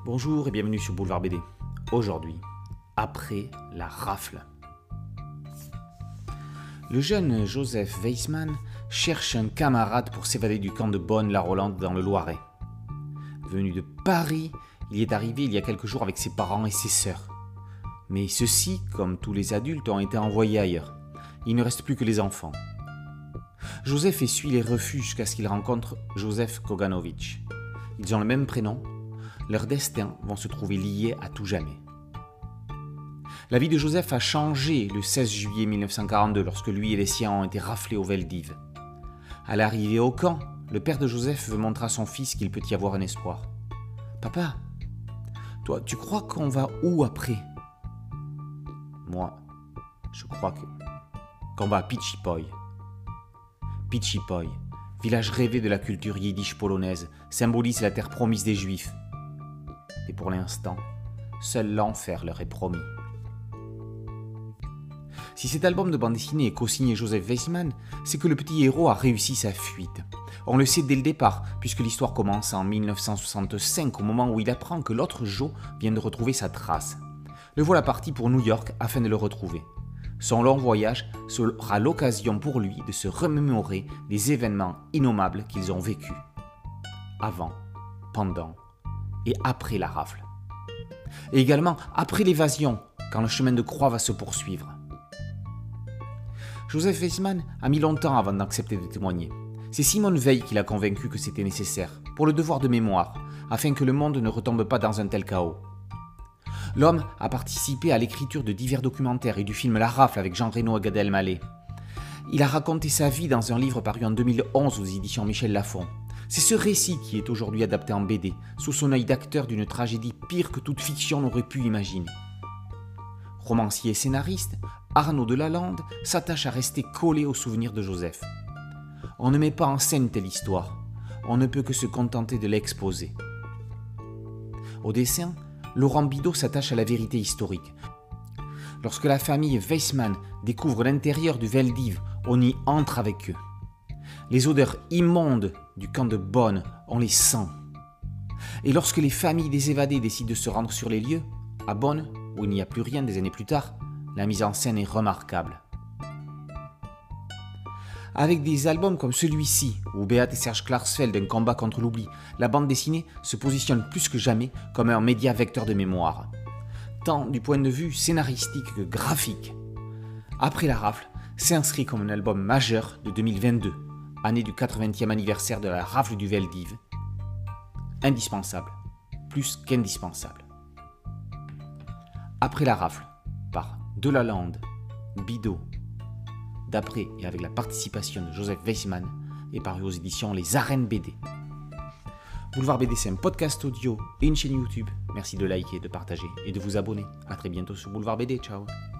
Bonjour et bienvenue sur Boulevard BD. Aujourd'hui, après la rafle. Le jeune Joseph Weissman cherche un camarade pour s'évader du camp de Bonne-la-Rolande dans le Loiret. Venu de Paris, il y est arrivé il y a quelques jours avec ses parents et ses sœurs. Mais ceux-ci, comme tous les adultes, ont été envoyés ailleurs. Il ne reste plus que les enfants. Joseph essuie les refus jusqu'à ce qu'il rencontre Joseph Koganovic. Ils ont le même prénom. Leurs destins vont se trouver liés à tout jamais. La vie de Joseph a changé le 16 juillet 1942 lorsque lui et les siens ont été raflés au Veldiv. À l'arrivée au camp, le père de Joseph veut montrer à son fils qu'il peut y avoir un espoir. « Papa, toi, tu crois qu'on va où après ?»« Moi, je crois qu'on va à Pichipoy. » Pichipoy, village rêvé de la culture yiddish polonaise, symbolise la terre promise des Juifs. Et pour l'instant, seul l'enfer leur est promis. Si cet album de bande dessinée est co-signé Joseph Weissman, c'est que le petit héros a réussi sa fuite. On le sait dès le départ, puisque l'histoire commence en 1965, au moment où il apprend que l'autre Joe vient de retrouver sa trace. Le voilà parti pour New York afin de le retrouver. Son long voyage sera l'occasion pour lui de se remémorer des événements innommables qu'ils ont vécus. Avant, pendant et après la rafle. Et également après l'évasion, quand le chemin de croix va se poursuivre. Joseph Weissman a mis longtemps avant d'accepter de témoigner. C'est Simone Veil qui l'a convaincu que c'était nécessaire, pour le devoir de mémoire, afin que le monde ne retombe pas dans un tel chaos. L'homme a participé à l'écriture de divers documentaires et du film La Rafle avec Jean Reno et Gad Elmaleh. Il a raconté sa vie dans un livre paru en 2011 aux éditions Michel Lafon. C'est ce récit qui est aujourd'hui adapté en BD, sous son œil d'acteur d'une tragédie pire que toute fiction n'aurait pu imaginer. Romancier et scénariste, Arnaud Delalande s'attache à rester collé aux souvenirs de Joseph. On ne met pas en scène telle histoire, on ne peut que se contenter de l'exposer. Au dessin, Laurent Bidot s'attache à la vérité historique. Lorsque la famille Weissman découvre l'intérieur du Veldiv, on y entre avec eux. Les odeurs immondes du camp de Bonn, on les sent. Et lorsque les familles des évadés décident de se rendre sur les lieux, à Bonn, où il n'y a plus rien des années plus tard, la mise en scène est remarquable. Avec des albums comme celui-ci, où Beat et Serge Klarsfeld un combat contre l'oubli, la bande dessinée se positionne plus que jamais comme un média vecteur de mémoire, tant du point de vue scénaristique que graphique. Après la rafle, s'inscrit comme un album majeur de 2022, année du 80e anniversaire de la rafle du Veldiv. Indispensable, plus qu'indispensable. Après la rafle, par Delalande, Bidot, d'après et avec la participation de Joseph Weissman, est paru aux éditions Les Arènes BD. Boulevard BD, c'est un podcast audio et une chaîne YouTube. Merci de liker, de partager et de vous abonner. A très bientôt sur Boulevard BD. Ciao.